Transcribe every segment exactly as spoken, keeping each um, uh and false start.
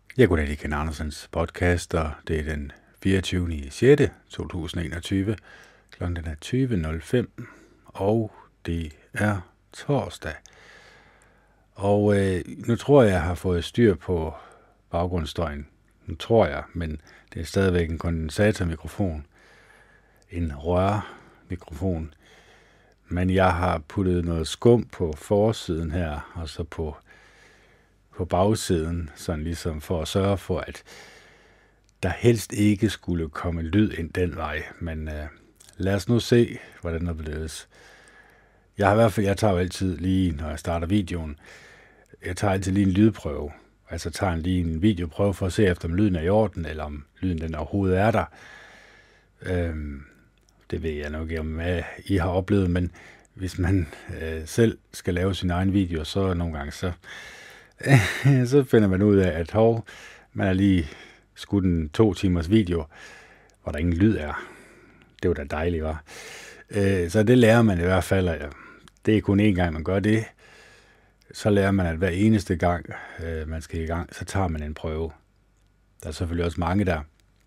Jeg goddag, det er Ken Andersens podcast, og det er den fireogtyvende i sjette to tusind og enogtyve. Klokken er tyve nul fem, og det er torsdag. Og øh, nu tror jeg, jeg har fået styr på baggrundsstøjen. Nu tror jeg, men det er stadigvæk en kondensatormikrofon. En rørmikrofon. Men jeg har puttet noget skum på forsiden her, og så på på bagsiden, sådan ligesom for at sørge for, at der helst ikke skulle komme lyd ind den vej. Men øh, lad os nu se, hvordan det blevet. Jeg har i hvert fald, jeg tager jo altid lige, når jeg starter videoen, jeg tager altid lige en lydprøve. Altså tager en lige en videoprøve for at se, efter om lyden er i orden, eller om lyden den overhovedet er der. Øhm, det ved jeg nok ikke, om I har oplevet, men hvis man øh, selv skal lave sin egen video, så nogle gange så så finder man ud af, at hov, man har lige skudt en to timers video, hvor der ingen lyd er. Det var da dejligt, var. Så det lærer man i hvert fald. Det er kun én gang, man gør det. Så lærer man, at hver eneste gang, man skal i gang, så tager man en prøve. Der er selvfølgelig også mange, der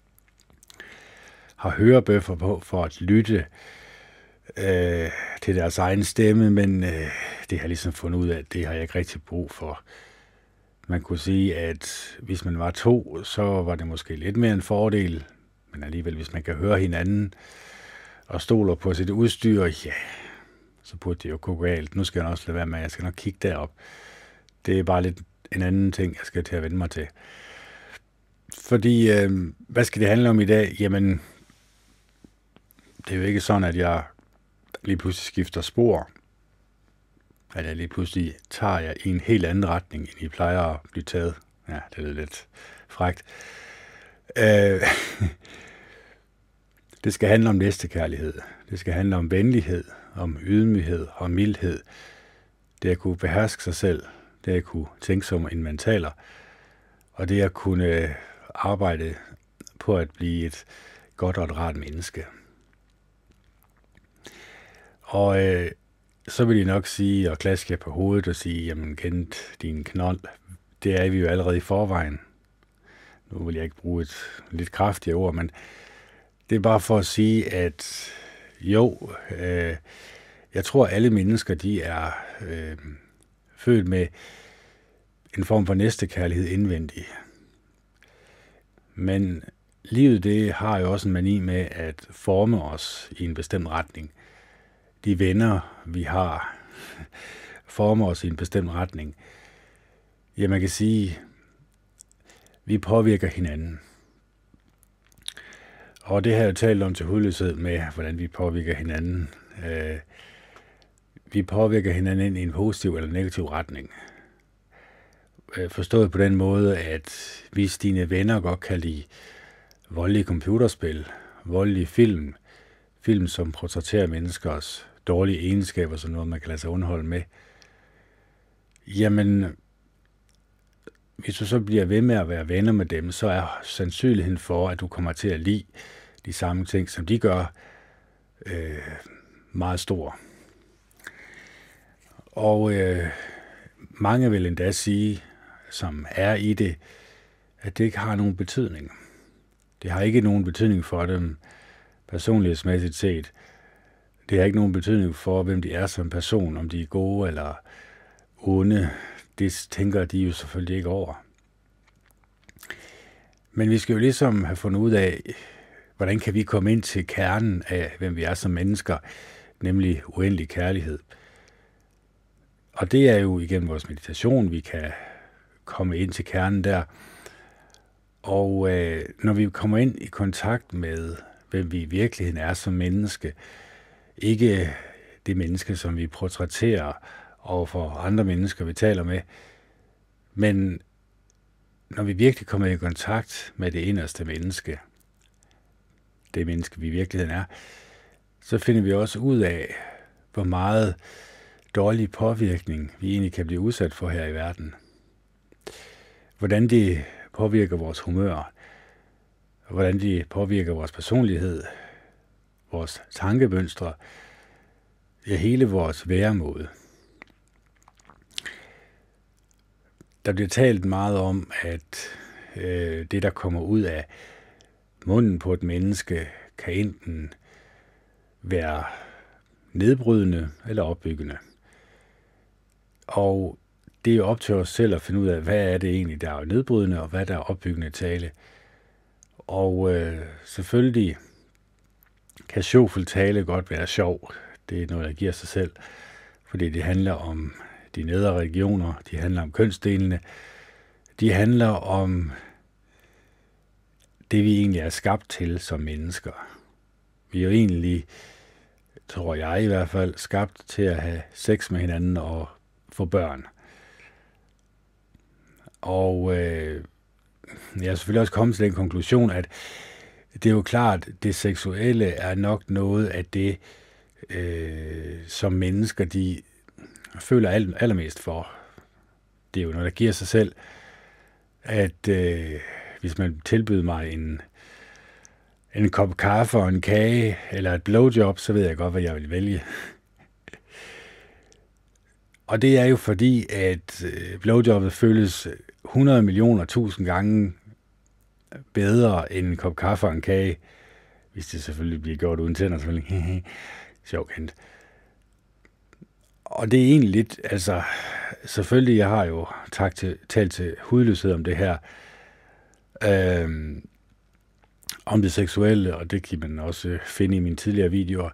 har hørebøffer på for at lytte øh, til deres egen stemme, men øh, det har jeg ligesom fundet ud af, at det har jeg ikke rigtig brug for. Man kunne sige, at hvis man var to, så var det måske lidt mere en fordel, men alligevel, hvis man kan høre hinanden og stoler på sit udstyr, ja, så burde det jo gå galt. Nu skal jeg også lade være med, at jeg skal nok kigge derop. Det er bare lidt en anden ting, jeg skal til at vende mig til. Fordi, øh, hvad skal det handle om i dag? Jamen, det er jo ikke sådan, at jeg lige pludselig skifter spor, at jeg lige pludselig tager jeg i en helt anden retning, end I plejer at blive taget. Ja, det er lidt frækt. Øh, det skal handle om næstekærlighed. Det skal handle om venlighed, om ydmyghed og mildhed. Det at kunne beherske sig selv. Det at kunne tænke som en mentaler. Og det at kunne arbejde på at blive et godt og et rart menneske. Og øh, så vil de nok sige, og klaske jer på hovedet og sige, jamen kendt din knold, det er vi jo allerede i forvejen. Nu vil jeg ikke bruge et lidt kraftigere ord, men det er bare for at sige, at jo, øh, jeg tror alle mennesker, de er øh, født med en form for næstekærlighed indvendig. Men livet, det har jo også en mani med at forme os i en bestemt retning. De venner, vi har, former os i en bestemt retning. Ja, man kan sige, vi påvirker hinanden. Og det har jeg jo talt om til hudløshed med, hvordan vi påvirker hinanden. Øh, vi påvirker hinanden ind i en positiv eller negativ retning. Øh, forstået på den måde, at hvis dine venner godt kan lide voldelige computerspil, voldelige film, film som portrætterer menneskers dårlige egenskaber, som noget, man kan lade sig underholde med, jamen, hvis du så bliver ved med at være venner med dem, så er sandsynligheden for, at du kommer til at lide de samme ting, som de gør, øh, meget stor. Og øh, mange vil endda sige, som er i det, at det ikke har nogen betydning. Det har ikke nogen betydning for dem personlighedsmæssigt set. Det har ikke nogen betydning for, hvem de er som person, om de er gode eller onde. Det tænker de jo selvfølgelig ikke over. Men vi skal jo ligesom have fundet ud af, hvordan kan vi komme ind til kernen af, hvem vi er som mennesker, nemlig uendelig kærlighed. Og det er jo igennem vores meditation, vi kan komme ind til kernen der. Og øh, når vi kommer ind i kontakt med, hvem vi i virkeligheden er som menneske, ikke det menneske, som vi portrætterer over for andre mennesker, vi taler med, men når vi virkelig kommer i kontakt med det inderste menneske, det menneske, vi i virkeligheden er, så finder vi også ud af, hvor meget dårlig påvirkning vi egentlig kan blive udsat for her i verden. Hvordan det påvirker vores humør, hvordan det påvirker vores personlighed, vores tankemønstre, ja, hele vores væremåde. Der bliver talt meget om, at Øh, det, der kommer ud af munden på et menneske, kan enten være nedbrydende eller opbyggende. Og det er jo op til os selv at finde ud af, hvad er det egentlig, der er nedbrydende, og hvad der er opbyggende tale. Og øh, selvfølgelig kan sjovfuld tale godt være sjov. Det er noget, der giver sig selv, fordi det handler om de nedre regioner, de handler om kønsdelene, de handler om det, vi egentlig er skabt til som mennesker. Vi er jo egentlig, tror jeg i hvert fald, skabt til at have sex med hinanden og få børn. Og øh, jeg er selvfølgelig også kommet til den konklusion, at det er jo klart, at det seksuelle er nok noget af det, øh, som mennesker de føler allermest for. Det er jo noget, der giver sig selv, at øh, hvis man tilbyder mig en, en kop kaffe og en kage, eller et blowjob, så ved jeg godt, hvad jeg vil vælge. Og det er jo fordi, at blowjobbet føles hundrede millioner tusind gange bedre end en kop kaffe og en kage, hvis det selvfølgelig bliver gjort uden tænder, selvfølgelig. Sjovt kendt. Og det er egentlig lidt, altså, selvfølgelig, jeg har jo tak til, talt til hudløshed om det her, øhm, om det seksuelle, og det kan man også finde i mine tidligere videoer.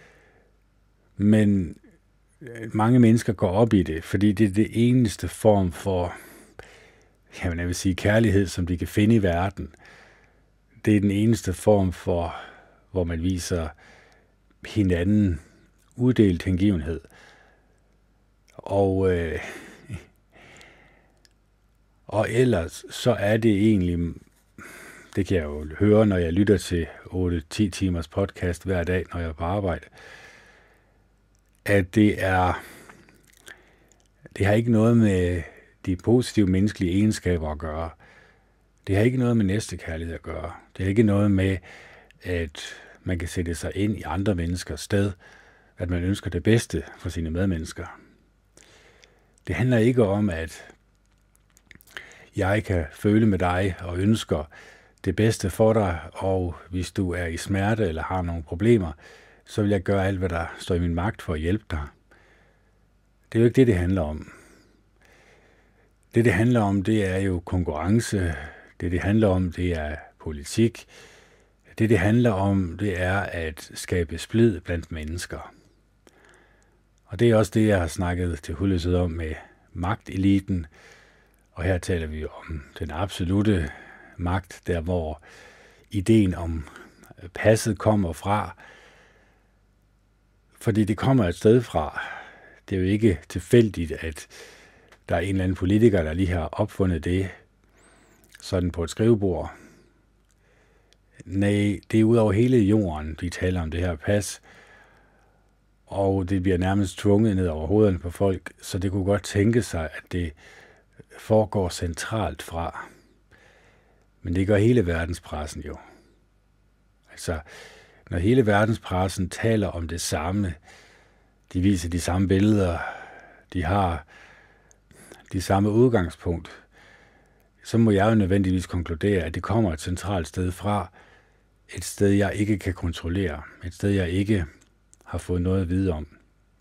Men mange mennesker går op i det, fordi det er det eneste form for, jamen jeg vil sige, kærlighed, som de kan finde i verden. Det er den eneste form for, hvor man viser hinanden uddelt hengivenhed. Og, øh, og ellers så er det egentlig, det kan jeg jo høre, når jeg lytter til otte til ti timers podcast hver dag, når jeg er på arbejde, at det er, det har ikke noget med de positive menneskelige egenskaber at gøre. Det har ikke noget med næstekærlighed at gøre. Det har ikke noget med, at man kan sætte sig ind i andre menneskers sted, at man ønsker det bedste for sine medmennesker. Det handler ikke om, at jeg kan føle med dig og ønsker det bedste for dig, og hvis du er i smerte eller har nogle problemer, så vil jeg gøre alt, hvad der står i min magt for at hjælpe dig. Det er jo ikke det, det handler om. Det, det handler om, det er jo konkurrence. Det, det handler om, det er politik. Det, det handler om, det er at skabe splid blandt mennesker. Og det er også det, jeg har snakket til hudløshed om med magteliten. Og her taler vi om den absolute magt, der hvor ideen om passet kommer fra. Fordi det kommer et sted fra. Det er jo ikke tilfældigt, at der er en eller anden politiker, der lige har opfundet det sådan på et skrivebord. Nej, det er ud over hele jorden, vi taler om det her pas. Og det bliver nærmest tvunget ned over hovederne på folk, så det kunne godt tænke sig, at det foregår centralt fra. Men det gør hele verdenspressen jo. Altså, når hele verdenspressen taler om det samme, de viser de samme billeder, de har de samme udgangspunkt, så må jeg jo nødvendigvis konkludere, at det kommer et centralt sted fra, et sted, jeg ikke kan kontrollere, et sted, jeg ikke har fået noget at vide om.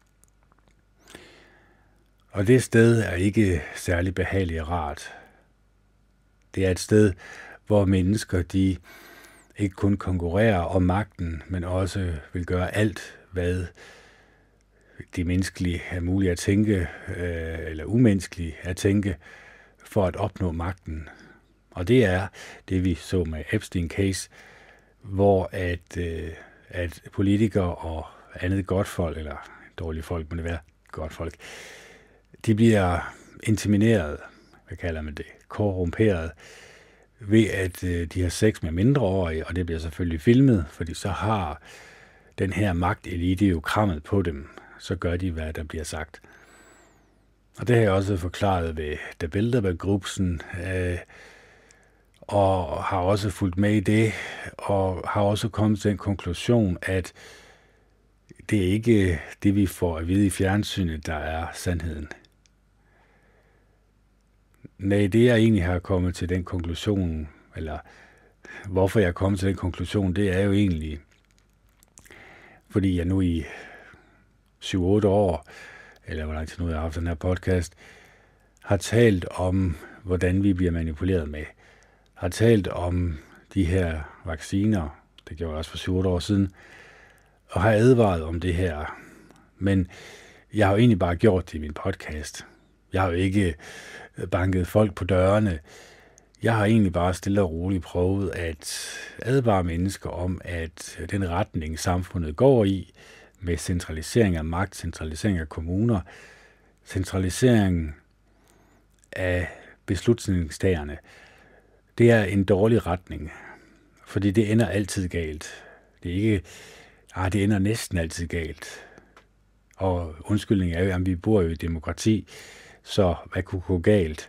Og det sted er ikke særlig behageligt og rart. Det er et sted, hvor mennesker, de ikke kun konkurrerer om magten, men også vil gøre alt, hvad de menneskelige er muligt at tænke, øh, eller umenneskelige at tænke, for at opnå magten. Og det er det, vi så med Epstein case, hvor at, øh, at politikere og andet godt folk, eller dårlige folk, må det være godt folk, de bliver intimideret, hvad kalder man det, korrumperet, ved at øh, de har sex med mindreårige, og det bliver selvfølgelig filmet, fordi så har den her magtelite jo krammet på dem, så gør de, hvad der bliver sagt. Og det har jeg også forklaret ved The Bilderberg-gruppen, øh, og har også fulgt med i det, og har også kommet til den konklusion, at det er ikke det, vi får at vide i fjernsynet, der er sandheden. Nej, det jeg egentlig har kommet til den konklusion, eller hvorfor jeg er kommet til den konklusion, det er jo egentlig, fordi jeg nu i syv otte år, eller hvor lang tid nu jeg har haft den her podcast, har talt om, hvordan vi bliver manipuleret med. Har talt om de her vacciner, det gjorde jeg også for syv otte år siden, og har advaret om det her. Men jeg har jo egentlig bare gjort det i min podcast. Jeg har jo ikke banket folk på dørene. Jeg har egentlig bare stille og roligt prøvet at advare mennesker om, at den retning, samfundet går i, med centralisering af magt, centralisering af kommuner, centralisering af beslutningstagerne, det er en dårlig retning, fordi det ender altid galt. Det er ikke, ah, det ender næsten altid galt. Og undskyldningen er jo, at vi bor jo i demokrati, så hvad kunne gå galt?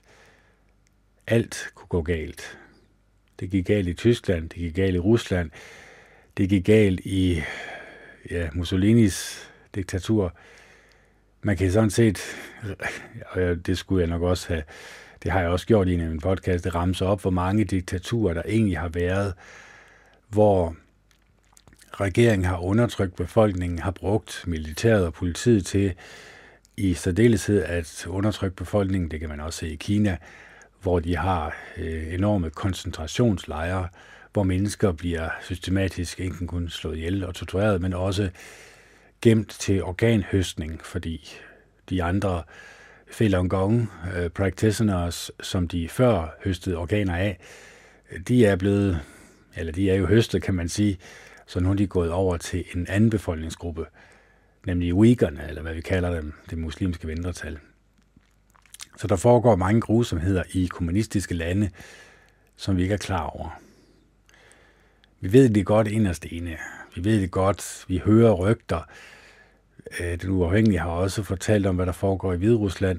Alt kunne gå galt. Det gik galt i Tyskland, det gik galt i Rusland, det gik galt i ja, Mussolinis diktatur. Man kan sådan set, og det skulle jeg nok også have, det har jeg også gjort i en af mine podcast, det ramser op, hvor mange diktaturer der egentlig har været, hvor regeringen har undertrykt befolkningen, har brugt militæret og politiet til i særdeleshed at undertrykke befolkningen. Det kan man også se i Kina, hvor de har øh, enorme koncentrationslejre, hvor mennesker bliver systematisk ikke kun slået ihjel og tortureret, men også gemt til organhøstning, fordi de andre Falun Gong uh, practitioners, som de før høstede organer af, de er blevet, eller de er jo høstet, kan man sige, så nu er de gået over til en anden befolkningsgruppe, nemlig Uyghurerne, eller hvad vi kalder dem, det muslimske mindretal. Så der foregår mange grusomheder i kommunistiske lande, som vi ikke er klar over. Vi ved det godt inderst inde. Vi ved det godt. Vi hører rygter. Den Uafhængige har også fortalt om, hvad der foregår i Hviderusland.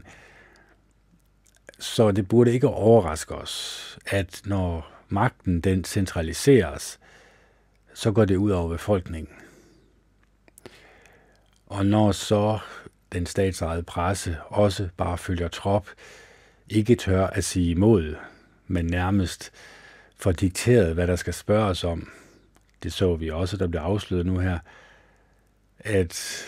Så det burde ikke overraske os, at når magten den centraliseres, så går det ud over befolkningen. Og når så den statsejede presse også bare følger trop, ikke tør at sige imod, men nærmest får dikteret, hvad der skal spørges om. Det så vi også, der blev afsløret nu her, at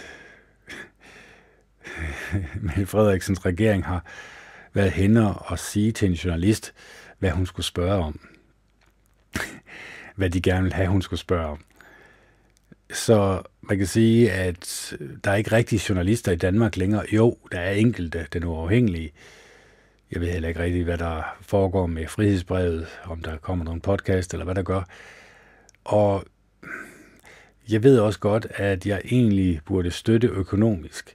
Mette Frederiksens regering har været henne og sige til en journalist, hvad hun skulle spørge om. Hvad de gerne vil have, hun skulle spørge om. Så man kan sige, at der er ikke rigtige journalister i Danmark længere. Jo, der er enkelte, den uafhængige. Jeg ved heller ikke rigtig, hvad der foregår med frihedsbrevet, om der kommer nogle podcast eller hvad der gør. Og jeg ved også godt, at jeg egentlig burde støtte økonomisk.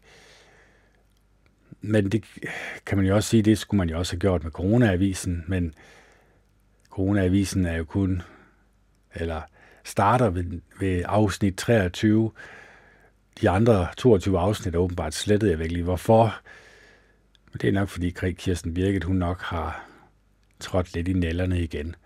Men det kan man jo også sige, det skulle man jo også have gjort med Corona-avisen, men Corona-avisen er jo kun, eller starter ved, ved afsnit treogtyve. De andre toogtyve afsnit er åbenbart slettet, jeg ved ikke lige hvorfor. Men det er nok fordi Kirsten Birgit, hun nok har trådt lidt i nælderne igen.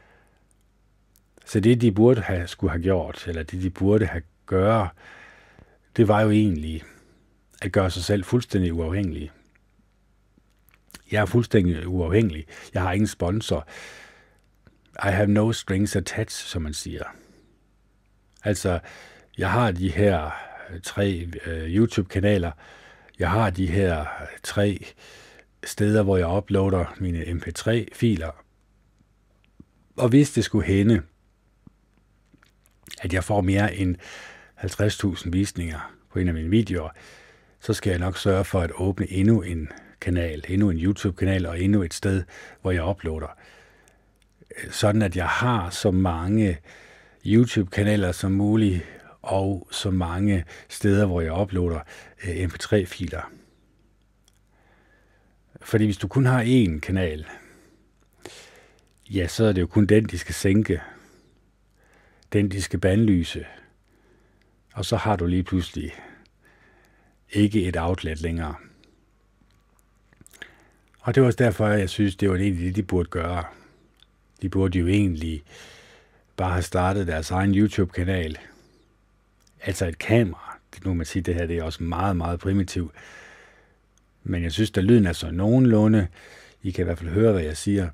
Så det, de burde have, skulle have gjort, eller det, de burde have gøre, det var jo egentlig at gøre sig selv fuldstændig uafhængig. Jeg er fuldstændig uafhængig. Jeg har ingen sponsor. I have no strings attached, som man siger. Altså, jeg har de her tre uh, YouTube-kanaler. Jeg har de her tre steder, hvor jeg uploader mine M P tre filer. Og hvis det skulle hænde, at jeg får mere end halvtreds tusind visninger på en af mine videoer, så skal jeg nok sørge for at åbne endnu en kanal, endnu en YouTube-kanal og endnu et sted, hvor jeg uploader. Sådan at jeg har så mange YouTube-kanaler som muligt, og så mange steder, hvor jeg uploader M P tre filer. Fordi hvis du kun har én kanal, ja, så er det jo kun den, de skal sænke. Den, de skal bandlyse. Og så har du lige pludselig ikke et outlet længere. Og det var også derfor, jeg synes, det var egentlig det, de burde gøre. De burde jo egentlig bare have startet deres egen YouTube-kanal. Altså et kamera. Nu kan man sige, at det her det er også meget, meget primitivt. Men jeg synes, at lyden er så nogenlunde I kan i hvert fald høre, hvad jeg siger.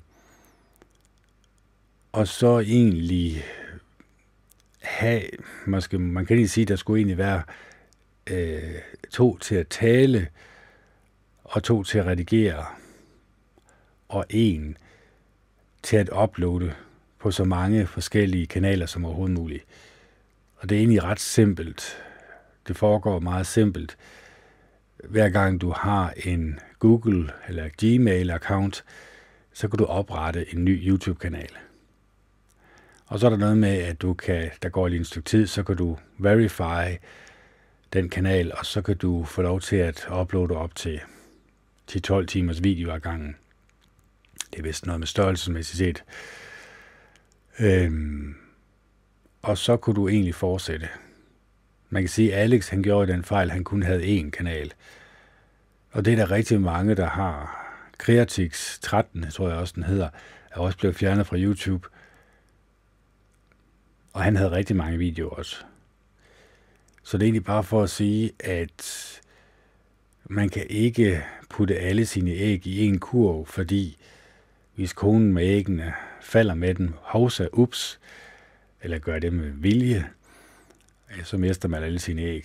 Og så egentlig have, måske, man kan lige sige, der skulle egentlig være øh, to til at tale, og to til at redigere, og en til at uploade på så mange forskellige kanaler som overhovedet muligt. Og det er egentlig ret simpelt. Det foregår meget simpelt. Hver gang du har en Google eller Gmail-account, så kan du oprette en ny YouTube-kanal. Og så er der noget med, at du kan, der går lige en stykke tid, så kan du verify den kanal, og så kan du få lov til at uploade op til ti til tolv timers video ad gangen. Det er vist noget med størrelsesmæssigt set. Øhm, og så kunne du egentlig fortsætte. Man kan sige, at Alex han gjorde den fejl, han kun havde én kanal. Og det er der rigtig mange, der har. Creatix tretten, tror jeg også den hedder, er også blevet fjernet fra YouTube. Og han havde rigtig mange videoer også. Så det er egentlig bare for at sige, at man kan ikke putte alle sine æg i en kurv, fordi hvis konen med æggene falder med den, hovsa, ups, eller gør det med vilje, så mister man alle sine æg.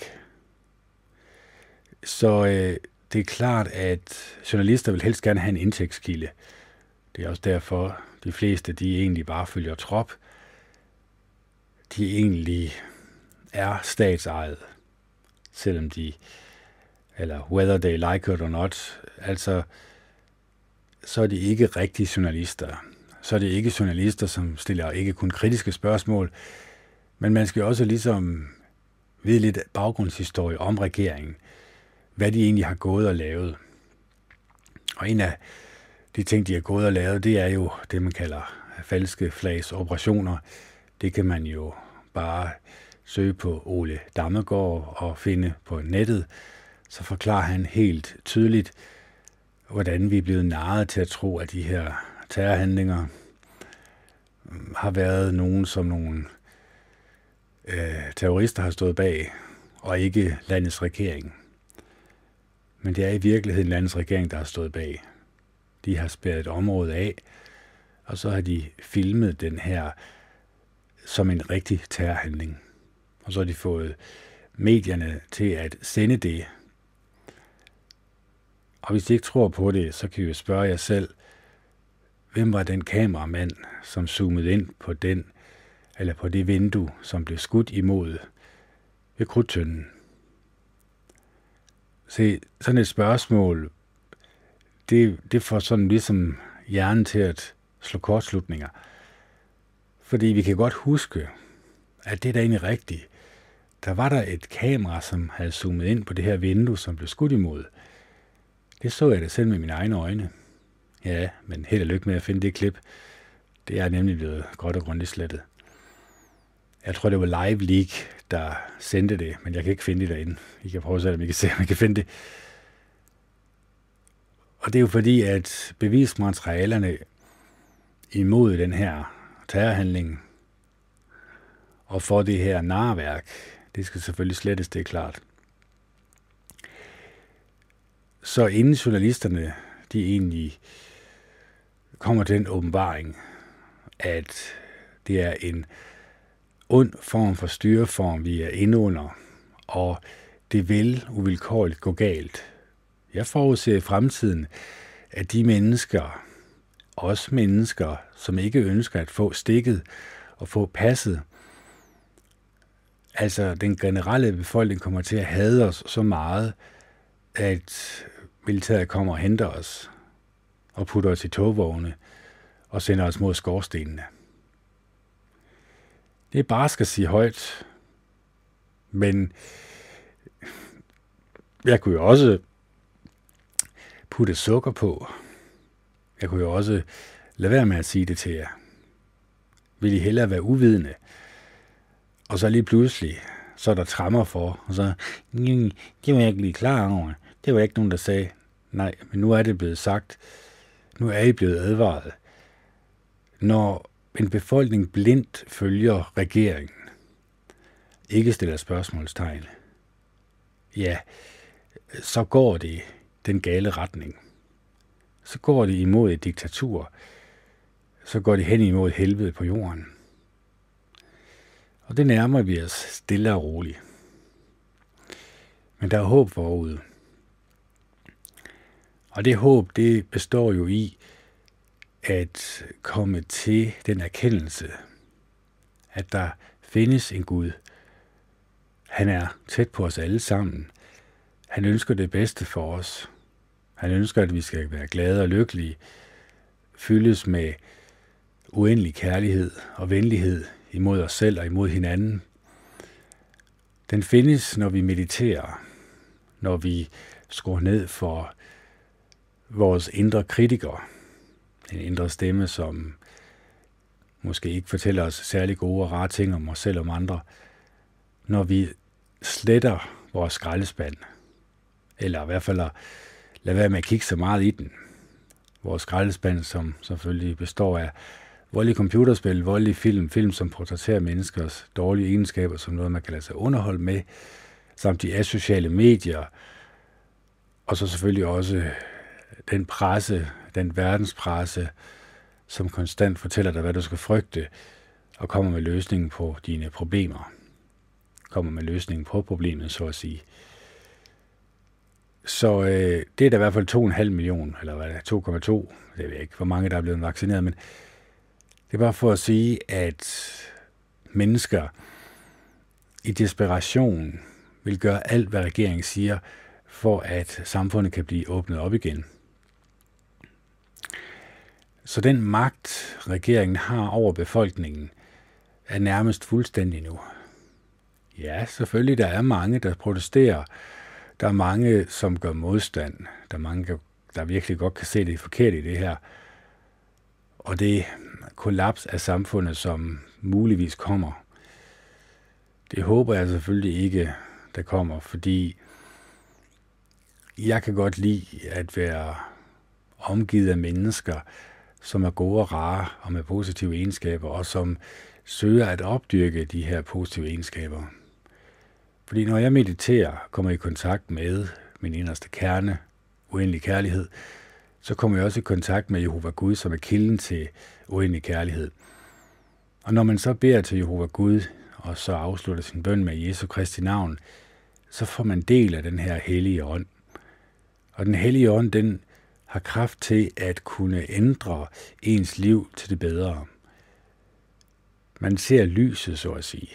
Så øh, det er klart, at journalister vil helst gerne have en indtægtskilde. Det er også derfor, de fleste, de egentlig bare følger trop. De egentlig er statsejet, selvom de, eller whether they like it or not, altså, så er de ikke rigtige journalister. Så er det ikke journalister, som stiller ikke kun kritiske spørgsmål, men man skal også ligesom vide lidt baggrundshistorie om regeringen, hvad de egentlig har gået og lavet. Og en af de ting, de har gået og lavet, det er jo det, man kalder falske flags operationer. Det kan man jo bare søge på Ole Dammegaard og finde på nettet. Så forklarer han helt tydeligt, hvordan vi er blevet narret til at tro, at de her terrorhandlinger har været nogen, som nogle øh, terrorister har stået bag, og ikke landets regering. Men det er i virkeligheden landets regering, der har stået bag. De har spærret et område af, og så har de filmet den her som en rigtig terrorhandling. Og så har de fået medierne til at sende det. Og hvis I ikke tror på det, så kan I jo spørge jer selv, hvem var den kameramand, som zoomede ind på den, eller på det vindue, som blev skudt imod ved Krudttønden? Se, sådan et spørgsmål, det, det får sådan ligesom hjernen til at slå kortslutninger. Fordi vi kan godt huske, at det er da egentlig rigtigt. Der var der et kamera, som havde zoomet ind på det her vindue, som blev skudt imod. Det så jeg da selv med mine egne øjne. Ja, men held og lykke med at finde det klip. Det er nemlig blevet godt og grundigt slettet. Jeg tror, det var Live Leak, der sendte det, men jeg kan ikke finde det derinde. I kan prøve at se, om I kan se, om I kan finde det. Og det er jo fordi, at bevismaterialerne imod den her terrorhandling og for det her narværk, det skal selvfølgelig slettes, det er klart. Så inden journalisterne, de egentlig kommer til den åbenbaring, at det er en ond form for styreform, vi er inde under, og det vil uvilkårligt gå galt. Jeg forudser i fremtiden, at de mennesker, også mennesker, som ikke ønsker at få stikket og få passet, altså den generelle befolkning kommer til at hade os så meget, at militæret kommer og henter os og putter os i togvogne og sender os mod skorstenene. Det er bare skal sige højt, men jeg kunne jo også putte sukker på. Jeg kunne jo også lade være med at sige det til jer. Vil I hellere være uvidende? Og så lige pludselig, så er der trammer for, og så, det var jeg ikke lige klar over. Det var ikke nogen, der sagde, nej, men nu er det blevet sagt. Nu er I blevet advaret. Når en befolkning blindt følger regeringen, ikke stiller spørgsmålstegn, ja, så går det den gale retning. så går det imod et diktatur. Så går det hen imod helvede på jorden. Og det nærmer vi os stille og roligt. Men der er håb forude. Og det håb, det består jo i at komme til den erkendelse, at der findes en Gud. Han er tæt på os alle sammen. Han ønsker det bedste for os. Han ønsker, at vi skal være glade og lykkelige, fyldes med uendelig kærlighed og venlighed imod os selv og imod hinanden. Den findes, når vi mediterer, når vi skruer ned for vores indre kritiker, en indre stemme, som måske ikke fortæller os særlig gode og rare ting om os selv og om andre, når vi sletter vores skraldespand, eller i hvert fald lade være med at kigge så meget i den. Vores skraldespand, som selvfølgelig består af voldelige computerspil, voldelige film, film som portrætterer menneskers dårlige egenskaber, som noget, man kan lade sig underholde med, samt de asociale medier, og så selvfølgelig også den presse, den verdenspresse, som konstant fortæller dig, hvad du skal frygte, og kommer med løsningen på dine problemer. Kommer med løsningen på problemet, så at sige. Så øh, det er der i hvert fald to komma fem millioner, eller hvad er det, to komma to, det ved jeg ikke, hvor mange der er blevet vaccineret, men det er bare for at sige, at mennesker i desperation vil gøre alt, hvad regeringen siger, for at samfundet kan blive åbnet op igen. Så den magt, regeringen har over befolkningen, er nærmest fuldstændig nu. Ja, selvfølgelig, der er mange, der protesterer. Der er mange, som gør modstand. Der er mange, der virkelig godt kan se det forkerte i det her. Og det kollaps af samfundet, som muligvis kommer, det håber jeg selvfølgelig ikke, der kommer, fordi jeg kan godt lide at være omgivet af mennesker, som er gode og rare og med positive egenskaber, og som søger at opdyrke de her positive egenskaber. Fordi når jeg mediterer, kommer i kontakt med min inderste kerne, uendelig kærlighed, så kommer jeg også i kontakt med Jehova Gud, som er kilden til uendelig kærlighed. Og når man så beder til Jehova Gud, og så afslutter sin bøn med Jesu Kristi navn, så får man del af den her hellige ånd. Og den hellige ånd, den har kraft til at kunne ændre ens liv til det bedre. Man ser lyset, så at sige.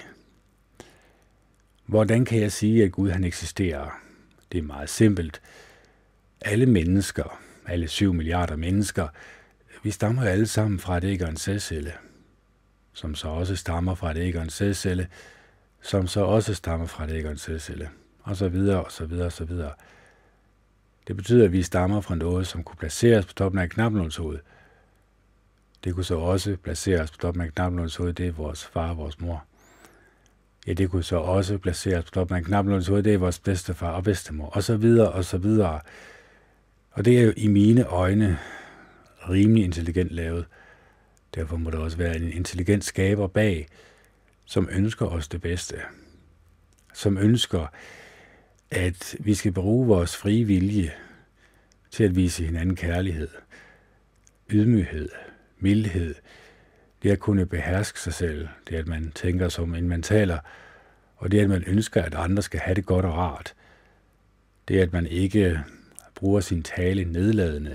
Hvordan kan jeg sige, at Gud han eksisterer? Det er meget simpelt. Alle mennesker, alle syv milliarder mennesker, vi stammer jo alle sammen fra et æg og en sædcelle, som så også stammer fra et æg og en sædcelle, som så også stammer fra et æg og en sædcelle, og så videre, og så videre, og så videre. Det betyder, at vi stammer fra noget, som kunne placeres på toppen af et knapnålshoved. Det kunne så også placeres på toppen af et knapnålshoved, det er vores far og vores mor. Ja, det kunne så også placeres på toppen af en knapnålshoved, det er vores bedstefar og bedstemor, og så videre, og så videre. Og det er jo i mine øjne rimelig intelligent lavet. Derfor må der også være en intelligent skaber bag, som ønsker os det bedste. Som ønsker, at vi skal bruge vores frie vilje til at vise hinanden kærlighed, ydmyghed, mildhed, det at kunne beherske sig selv, det at man tænker som en man taler, og det at man ønsker, at andre skal have det godt og rart. Det at man ikke bruger sin tale nedladende,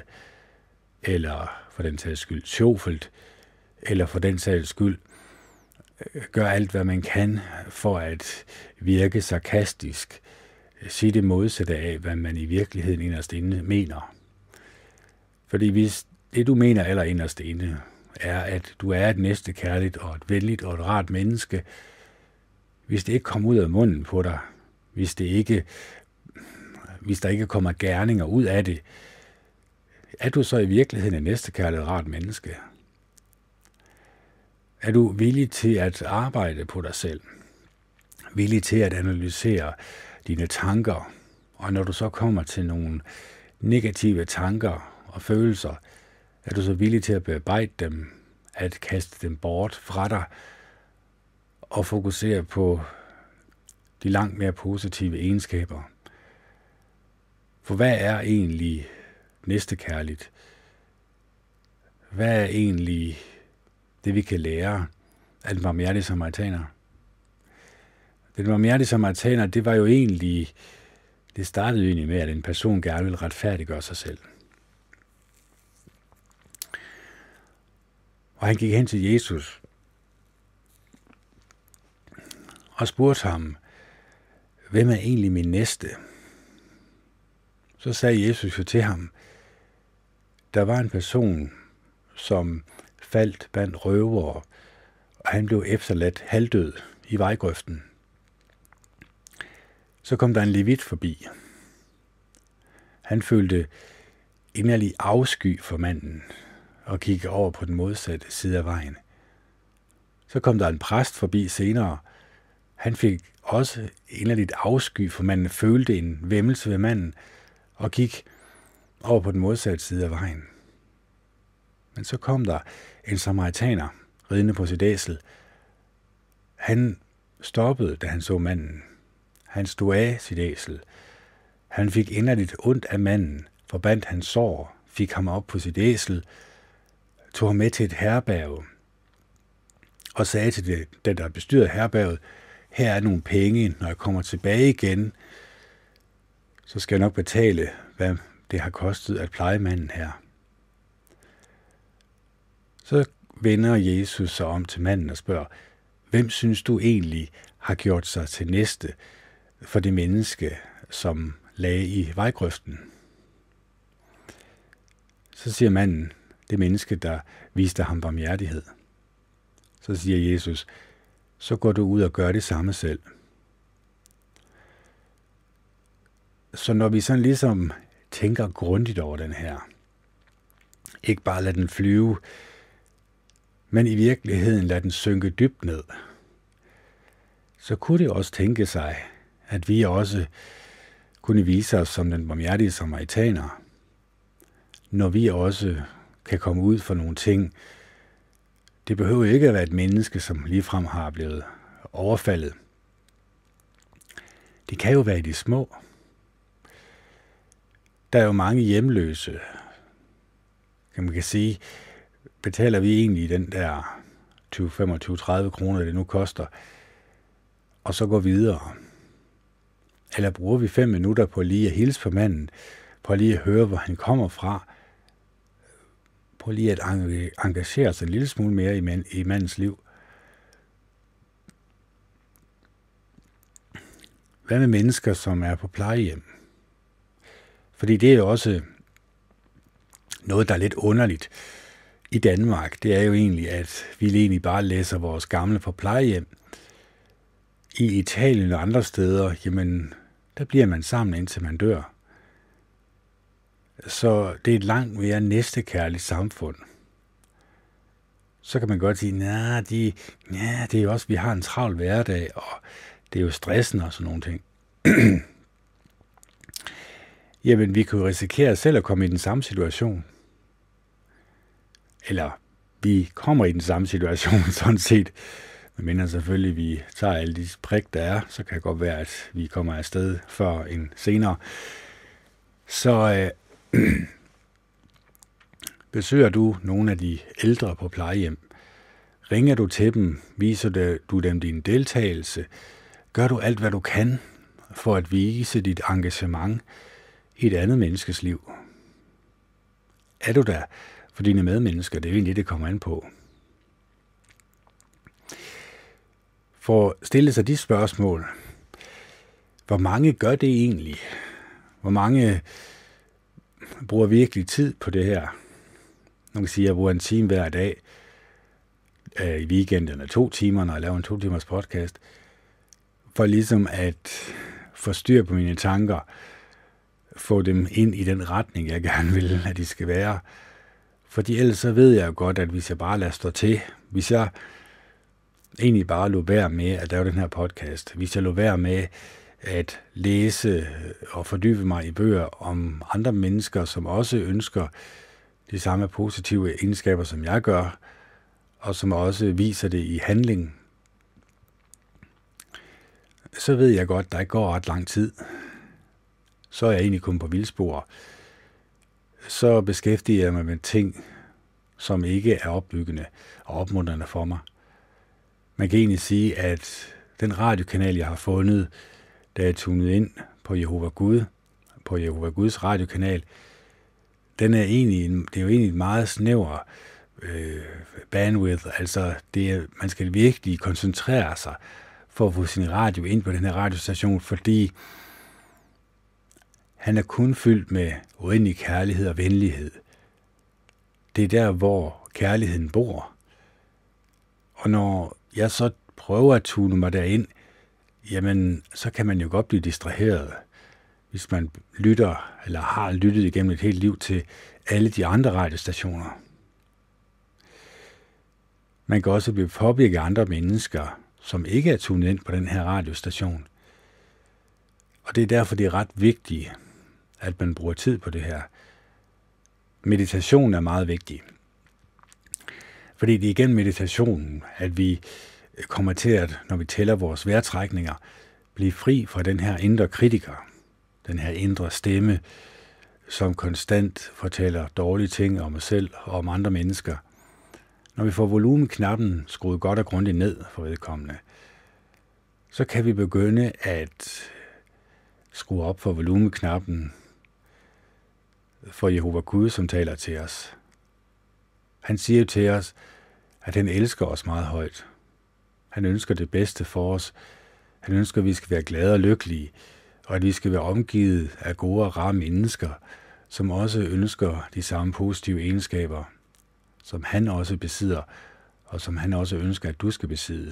eller for den sags skyld sjovfuldt, eller for den sags skyld gør alt, hvad man kan for at virke sarkastisk, sige det modsatte af, hvad man i virkeligheden inderst inde mener. Fordi hvis det, du mener aller inderst inde, er, at du er et næstekærligt og et venligt og et rart menneske, hvis det ikke kommer ud af munden på dig, hvis, det ikke, hvis der ikke kommer gerninger ud af det, er du så i virkeligheden et næstekærligt og rart menneske? Er du villig til at arbejde på dig selv? Villig til at analysere dine tanker? Og når du så kommer til nogle negative tanker og følelser, er du så villig til at bearbejde dem, at kaste dem bort fra dig og fokusere på de langt mere positive egenskaber? For hvad er egentlig næstekærligt? hvad er egentlig det, vi kan lære af den barmhjertige samaritaner? Den barmhjertige samaritaner, det var jo egentlig, det startede jo egentlig med, at en person gerne ville retfærdiggøre sig selv. Og han gik hen til Jesus og spurgte ham, hvem er egentlig min næste? Så sagde Jesus jo til ham, der var en person, som faldt blandt røvere, og han blev efterladt halvdød i vejgrøften. Så kom der en levit forbi. Han følte inderlig afsky for manden, og kiggede over på den modsatte side af vejen. Så kom der en præst forbi senere. Han fik også inderligt afsky for manden, følte en væmmelse ved manden, og gik over på den modsatte side af vejen. Men så kom der en samaritaner, ridende på sit æsel. Han stoppede, da han så manden. Han stod af sit æsel. Han fik inderligt ondt af manden, forbandt hans sår, fik ham op på sit æsel, tog ham med til et herberg, og sagde til det, den, der bestyrede herberget, her er nogle penge, når jeg kommer tilbage igen, så skal jeg nok betale, hvad det har kostet at pleje manden her. Så vender Jesus sig om til manden og spørger, hvem synes du egentlig har gjort sig til næste for det menneske, som lagde i vejgrøften? Så siger manden, det menneske, der viste ham barmhjertighed. Så siger Jesus, så går du ud og gør det samme selv. Så når vi sådan ligesom tænker grundigt over den her, ikke bare lad den flyve, men i virkeligheden lad den synke dybt ned, så kunne det også tænke sig, at vi også kunne vise os som den barmhjertige samaritaner, når vi også kan komme ud for nogle ting. Det behøver ikke at være et menneske, som ligefrem har blevet overfaldet. Det kan jo være i de små. Der er jo mange hjemløse. Kan man kan sige, betaler vi egentlig den der tyve, femogtyve, tredive kroner, det nu koster, og så går videre. Eller bruger vi fem minutter på lige at hilse på manden, på lige at høre, hvor han kommer fra, på lige at engagere sig en lille smule mere i, mand, i mandens liv. Hvad med mennesker, som er på plejehjem? Fordi det er jo også noget, der er lidt underligt i Danmark. Det er jo egentlig, at vi egentlig bare læser vores gamle på plejehjem. I Italien og andre steder, jamen, der bliver man sammen, indtil man dør. Så det er et langt mere næstekærligt samfund. Så kan man godt sige, nej, de, ja, det er jo også, vi har en travl hverdag, og det er jo stressen og sådan nogle ting. Jamen, vi kan jo risikere selv at komme i den samme situation. Eller vi kommer i den samme situation, sådan set. Men mindre selvfølgelig, vi tager alle de prik, der er, så kan det godt være, at vi kommer afsted før en senere. Så øh, besøger du nogle af de ældre på plejehjem, ringer du til dem, viser du dem din deltagelse, gør du alt, hvad du kan for at vise dit engagement i et andet menneskes liv. Er du der for dine medmennesker? Det er jo egentlig det, det kommer an på. For at stille sig de spørgsmål, hvor mange gør det egentlig? Hvor mange bruger virkelig tid på det her? Nogle kan sige, at jeg bruger en time hver dag, øh, i weekenden to timer, når jeg laver en to timers podcast, for ligesom at få styr på mine tanker, få dem ind i den retning, jeg gerne vil, at de skal være. Fordi ellers så ved jeg jo godt, at hvis jeg bare lader stå til, hvis jeg egentlig bare lå være med at lave den her podcast, hvis jeg lå være med at læse og fordybe mig i bøger om andre mennesker, som også ønsker de samme positive egenskaber, som jeg gør, og som også viser det i handling, så ved jeg godt, at der ikke går ret lang tid. Så er jeg egentlig kun på vildspor. Så beskæftiger jeg mig med ting, som ikke er opbyggende og opmuntrende for mig. Man kan egentlig sige, at den radiokanal, jeg har fundet, da jeg tunede ind på Jehova Gud, på Jehova Guds radiokanal, den er egentlig, det er jo egentlig et meget snæver øh, bandwidth, altså det er, man skal virkelig koncentrere sig for at få sin radio ind på den her radiostation, fordi han er kun fyldt med uendelig kærlighed og venlighed. Det er der, hvor kærligheden bor. Og når jeg så prøver at tune mig derind, jamen, så kan man jo godt blive distraheret, hvis man lytter, eller har lyttet igennem et helt liv til alle de andre radiostationer. Man kan også blive påvirket af andre mennesker, som ikke er tunet ind på den her radiostation. Og det er derfor, det er ret vigtigt, at man bruger tid på det her. Meditation er meget vigtig. Fordi det er igen meditationen, at vi kommer til at, når vi tæller vores vejrtrækninger, blive fri fra den her indre kritiker, den her indre stemme, som konstant fortæller dårlige ting om os selv og om andre mennesker. Når vi får volumenknappen skruet godt og grundigt ned for vedkommende, så kan vi begynde at skrue op for volumenknappen for Jehova Gud, som taler til os. Han siger jo til os, at han elsker os meget højt. Han ønsker det bedste for os. Han ønsker, at vi skal være glade og lykkelige, og at vi skal være omgivet af gode og rare mennesker, som også ønsker de samme positive egenskaber, som han også besidder, og som han også ønsker, at du skal besidde.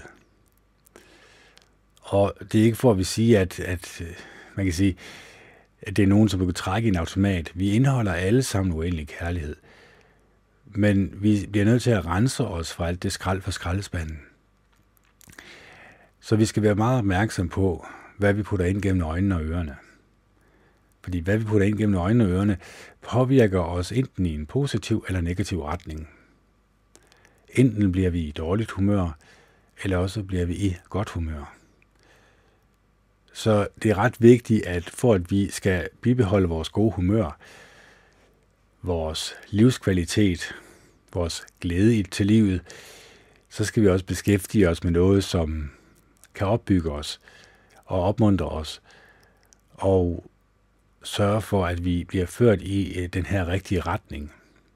Og det er ikke for, at vi siger, at, at man kan sige, at det er nogen, som du kan trække i en automat. Vi indeholder alle sammen uendelig kærlighed. Men vi bliver nødt til at rense os fra alt det skrald fra skraldespanden. Så vi skal være meget opmærksom på, hvad vi putter ind gennem øjnene og ørerne. Fordi hvad vi putter ind gennem øjnene og ørerne, påvirker os enten i en positiv eller negativ retning. Enten bliver vi i dårligt humør, eller også bliver vi i godt humør. Så det er ret vigtigt, at for at vi skal bibeholde vores gode humør, vores livskvalitet, vores glæde til livet, så skal vi også beskæftige os med noget, som kan opbygge os og opmuntre os, og sørge for, at vi bliver ført i den her rigtige retning.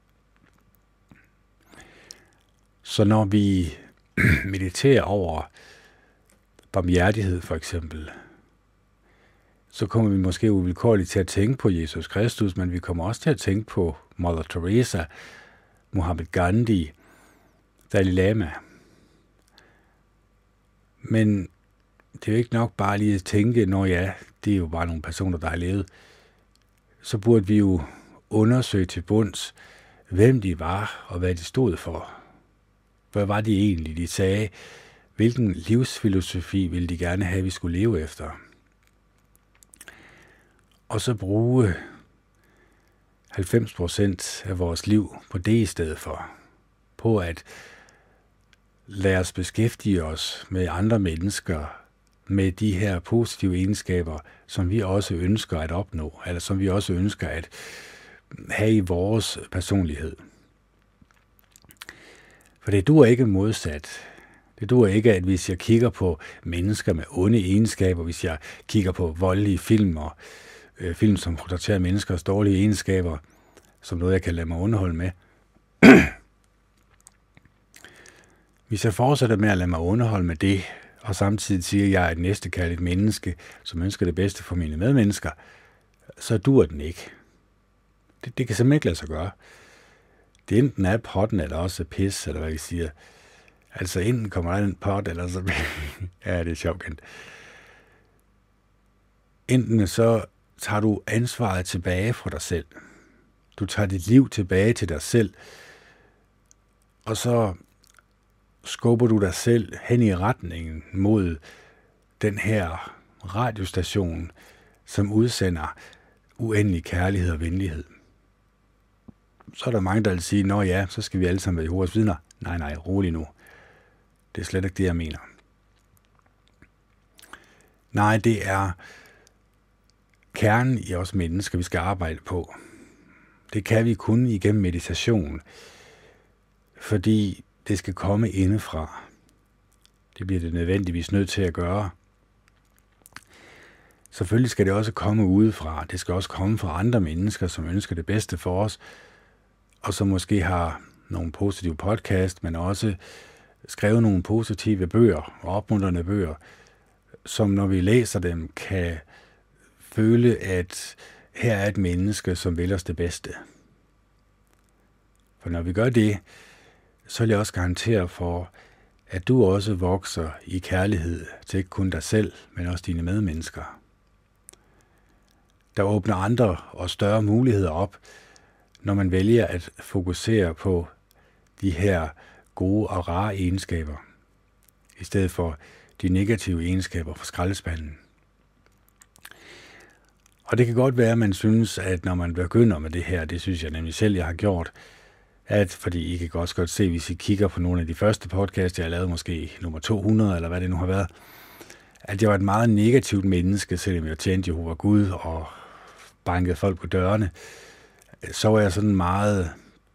Så når vi mediterer over barmhjertighed for eksempel, så kommer vi måske uvilkårligt til at tænke på Jesus Kristus, men vi kommer også til at tænke på Mother Teresa, Muhammad Gandhi, Dalai Lama. Men det er jo ikke nok bare lige at tænke, når ja, det er jo bare nogle personer, der har levet. Så burde vi jo undersøge til bunds, hvem de var og hvad de stod for. Hvad var de egentlig, de sagde? Hvilken livsfilosofi ville de gerne have, vi skulle leve efter? Og så bruge halvfems procent af vores liv på det i stedet for. På at lade os beskæftige os med andre mennesker, med de her positive egenskaber, som vi også ønsker at opnå, eller som vi også ønsker at have i vores personlighed. For det duer ikke modsat. Det duer ikke, at hvis jeg kigger på mennesker med onde egenskaber, hvis jeg kigger på voldelige film og øh, film, som portrætterer menneskers dårlige egenskaber, som noget, jeg kan lade mig underholde med. Hvis jeg fortsætter med at lade mig underholde med det, og samtidig siger, at jeg er et næstekærligt menneske, som ønsker det bedste for mine medmennesker, så duer den ikke. Det, det kan simpelthen ikke lade sig gøre. Det enten er potten, eller også pis, eller hvad vi siger. Altså enten kommer der en pot, eller så... ja, det er sjovt kendt. Enten så tager du ansvaret tilbage fra dig selv. Du tager dit liv tilbage til dig selv, og så skubber du dig selv hen i retningen mod den her radiostation, som udsender uendelig kærlighed og venlighed. Så er der mange, der vil sige, nå ja, så skal vi alle sammen være Jehovas vidner. Nej, nej, rolig nu. Det er slet ikke det, jeg mener. Nej, det er kernen i os mennesker, vi skal arbejde på. Det kan vi kun igennem meditation. fordi det skal komme indefra. Det bliver det nødvendigvis nødt til at gøre. Selvfølgelig skal det også komme udefra. Det skal også komme fra andre mennesker, som ønsker det bedste for os, og som måske har nogle positive podcast, men også skrevet nogle positive bøger og opmuntrende bøger, som når vi læser dem, kan føle, at her er et menneske, som vil os det bedste. For når vi gør det, så vil jeg også garantere for, at du også vokser i kærlighed til ikke kun dig selv, men også dine medmennesker. Der åbner andre og større muligheder op, når man vælger at fokusere på de her gode og rare egenskaber, i stedet for de negative egenskaber fra skraldespanden. Og det kan godt være, at man synes, at når man begynder med det her, det synes jeg nemlig selv, jeg har gjort, at, fordi I kan godt godt se, hvis I kigger på nogle af de første podcasts, jeg har lavet, måske nummer to hundrede, eller hvad det nu har været, at jeg var et meget negativt menneske, selvom jeg tjente Jehova Gud og bankede folk på dørene. Så var jeg sådan meget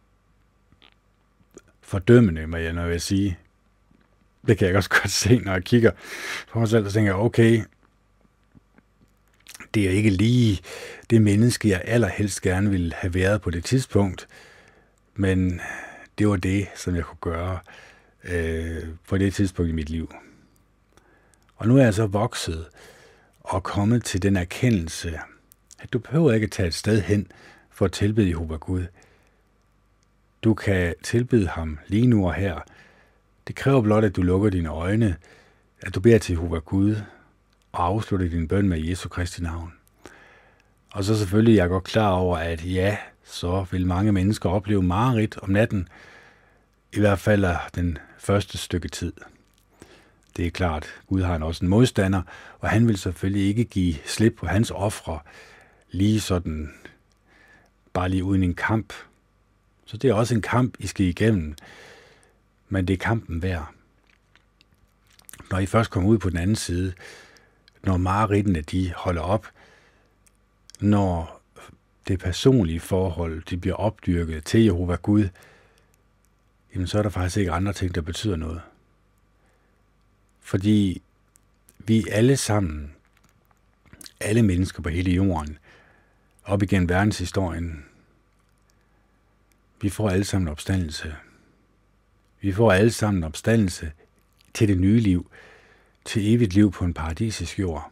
fordømmende, må jeg når jeg sige. Det kan jeg også godt se, når jeg kigger på mig selv, så tænker jeg, okay, det er ikke lige det menneske, jeg allerhelst gerne ville have været på det tidspunkt, men det var det, som jeg kunne gøre øh, på det tidspunkt i mit liv. Og nu er jeg så vokset og kommet til den erkendelse, at du behøver ikke at tage et sted hen for at tilbede Jehova Gud. Du kan tilbede ham lige nu og her. Det kræver blot, at du lukker dine øjne, at du beder til Jehova Gud og afslutter din bøn med Jesu Kristi navn. Og så selvfølgelig, jeg er godt klar over, at ja, så vil mange mennesker opleve mareridt om natten, i hvert fald den første stykke tid. Det er klart, Gud har også en modstander, og han vil selvfølgelig ikke give slip på hans ofre, lige sådan, bare lige uden en kamp. Så det er også en kamp, I skal igennem, men det er kampen værd. Når I først kommer ud på den anden side, når mareridtene de holder op, når det personlige forhold de bliver opdyrket til Jehova Gud, jamen så er der faktisk ikke andre ting, der betyder noget. Fordi vi alle sammen, alle mennesker på hele jorden, op igennem verdenshistorien, vi får alle sammen opstandelse. Vi får alle sammen opstandelse til det nye liv, til evigt liv på en paradisisk jord.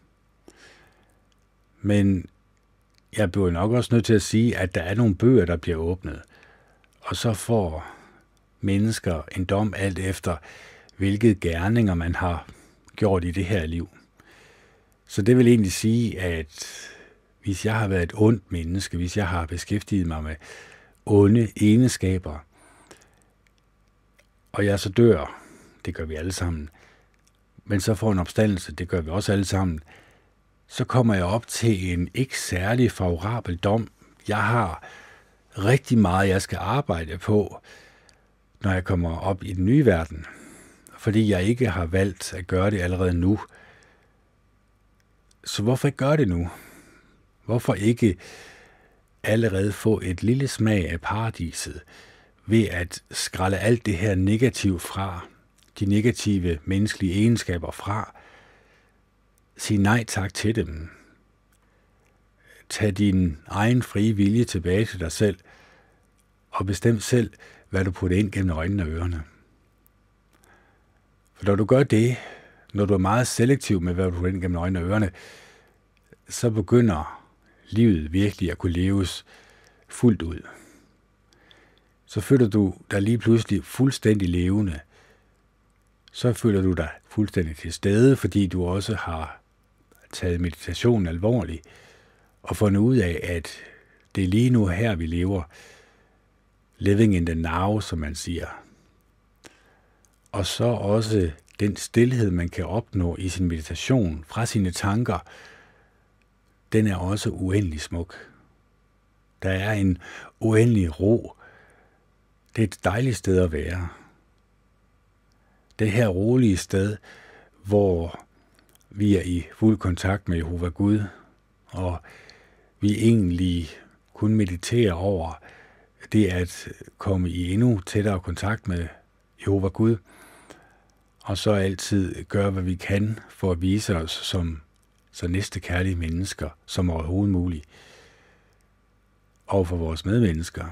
Men jeg bliver nok også nødt til at sige, at der er nogle bøger, der bliver åbnet, og så får mennesker en dom alt efter, hvilke gerninger man har gjort i det her liv. Så det vil egentlig sige, at hvis jeg har været et ondt menneske, hvis jeg har beskæftiget mig med onde egenskaber, og jeg så dør, det gør vi alle sammen, men så får en opstandelse, det gør vi også alle sammen, så kommer jeg op til en ikke særlig favorabel dom. Jeg har rigtig meget, jeg skal arbejde på, når jeg kommer op i den nye verden, fordi jeg ikke har valgt at gøre det allerede nu. Så hvorfor ikke gøre det nu? Hvorfor ikke allerede få et lille smag af paradiset ved at skrælle alt det her negativ fra, de negative menneskelige egenskaber fra, sige nej tak til dem. Tag din egen frie vilje tilbage til dig selv, og bestem selv, hvad du putter ind gennem øjnene og ørerne. For når du gør det, når du er meget selektiv med, hvad du putter ind gennem øjnene og ørerne, så begynder livet virkelig at kunne leves fuldt ud. Så føler du dig lige pludselig fuldstændig levende. Så føler du dig fuldstændig til stede, fordi du også har taget meditationen alvorligt og fundet ud af, at det er lige nu her, vi lever. Living in the now, som man siger. Og så også den stilhed, man kan opnå i sin meditation fra sine tanker, den er også uendelig smuk. Der er en uendelig ro. Det er et dejligt sted at være. Det her rolige sted, hvor vi er i fuld kontakt med Jehova Gud, og vi egentlig kun mediterer over det er at komme i endnu tættere kontakt med Jehova Gud, og så altid gøre, hvad vi kan for at vise os som så næstekærlige mennesker som overhovedet muligt over for vores medmennesker.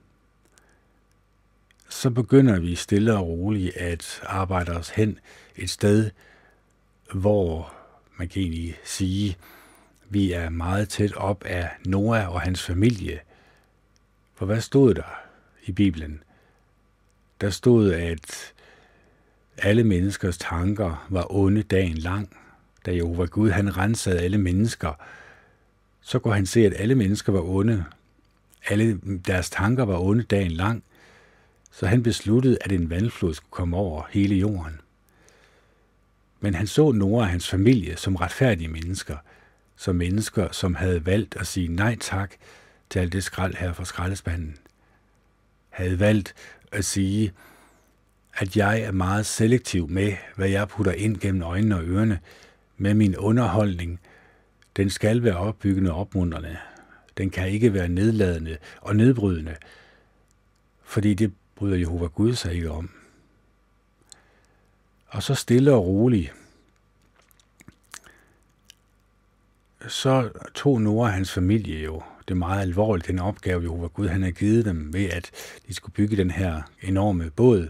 Så begynder vi stille og roligt at arbejde os hen et sted, hvor man kan egentlig sige, vi er meget tæt op af Noah og hans familie. For hvad stod der i Bibelen? Der stod, at alle menneskers tanker var onde dagen lang. Da Jehova Gud han rensede alle mennesker, så kunne han se, at alle mennesker var onde. Alle deres tanker var onde dagen lang. Så han besluttede, at en vandflod skulle komme over hele jorden. Men han så Noah og hans familie som retfærdige mennesker, som mennesker, som havde valgt at sige nej tak til alt det skrald her fra skraldespanden. Havde valgt at sige, at jeg er meget selektiv med, hvad jeg putter ind gennem øjnene og ørerne, med min underholdning. Den skal være opbyggende og opmuntrende. Den kan ikke være nedladende og nedbrydende, fordi det bryder Jehova Gud sig ikke om. Og så stille og roligt, så tog Noah og hans familie jo det meget alvorligt, den opgave Jehova Gud han havde givet dem ved, at de skulle bygge den her enorme båd.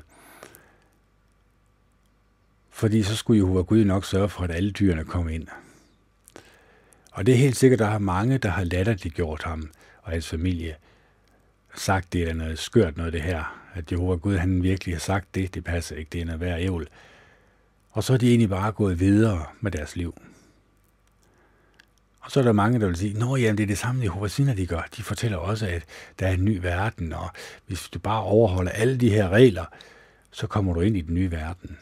Fordi så skulle Jehova Gud nok sørge for, at alle dyrene kom ind. Og det er helt sikkert, at der er mange, der har latterligt gjort ham og hans familie. Sagt, det er noget skørt noget det her. At Jehova Gud han virkelig har sagt det, det passer ikke, det er noget værd ævl. Og så er de egentlig bare gået videre med deres liv. Og så er der mange, der vil sige, nå jamen, det er det samme, Jehova Sinner, de gør. De fortæller også, at der er en ny verden, og hvis du bare overholder alle de her regler, så kommer du ind i den nye verden.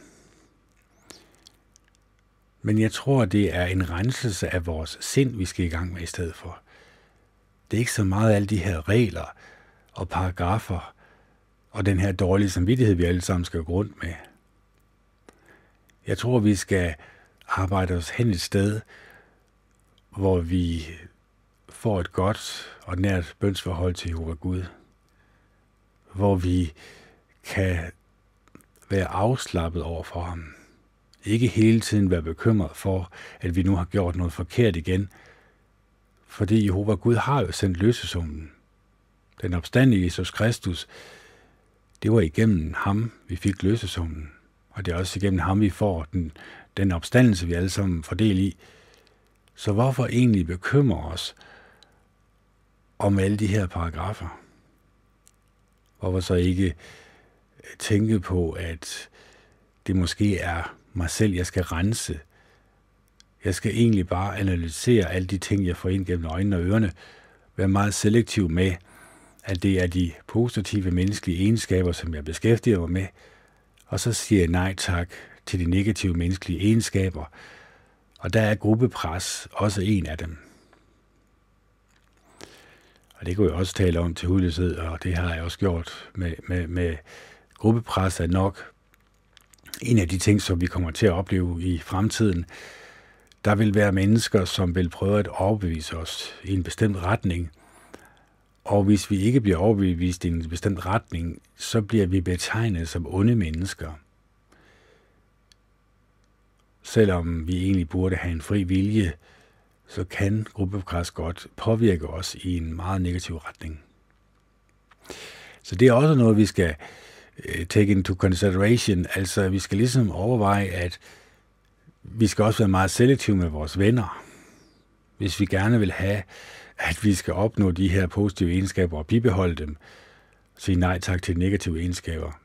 Men jeg tror, det er en renselse af vores sind, vi skal i gang med i stedet for. Det er ikke så meget alle de her regler og paragrafer, og den her dårlige samvittighed, vi alle sammen skal gå rundt med. Jeg tror, vi skal arbejde os hen et sted, hvor vi får et godt og nært bønsforhold til Jehova Gud. Hvor vi kan være afslappet over for ham. Ikke hele tiden være bekymret for, at vi nu har gjort noget forkert igen. Fordi Jehova Gud har jo sendt løsesummen. Den opstandede Jesus Kristus, det var igennem ham, vi fik løsesummen. Og det er også igennem ham, vi får den, den opstandelse, vi alle sammen får del i. Så hvorfor egentlig bekymre os om alle de her paragrafer? Hvorfor så ikke tænke på, at det måske er mig selv, jeg skal rense? Jeg skal egentlig bare analysere alle de ting, jeg får ind gennem øjnene og ørerne. Være meget selektiv med, at det er de positive menneskelige egenskaber, som jeg beskæftiger mig med. Og så siger jeg nej tak til de negative menneskelige egenskaber. Og der er gruppepres også en af dem. Og det kunne jeg også tale om til hudløshed, og det har jeg også gjort med, med, med gruppepres er nok en af de ting, som vi kommer til at opleve i fremtiden. Der vil være mennesker, som vil prøve at overbevise os i en bestemt retning. Og hvis vi ikke bliver overbevist i en bestemt retning, så bliver vi betegnet som onde mennesker. Selvom vi egentlig burde have en fri vilje, så kan gruppepres godt påvirke os i en meget negativ retning. Så det er også noget, vi skal take into consideration. Altså, vi skal ligesom overveje, at vi skal også være meget selektive med vores venner. Hvis vi gerne vil have, at vi skal opnå de her positive egenskaber og bibeholde dem, sige nej tak til negative egenskaber,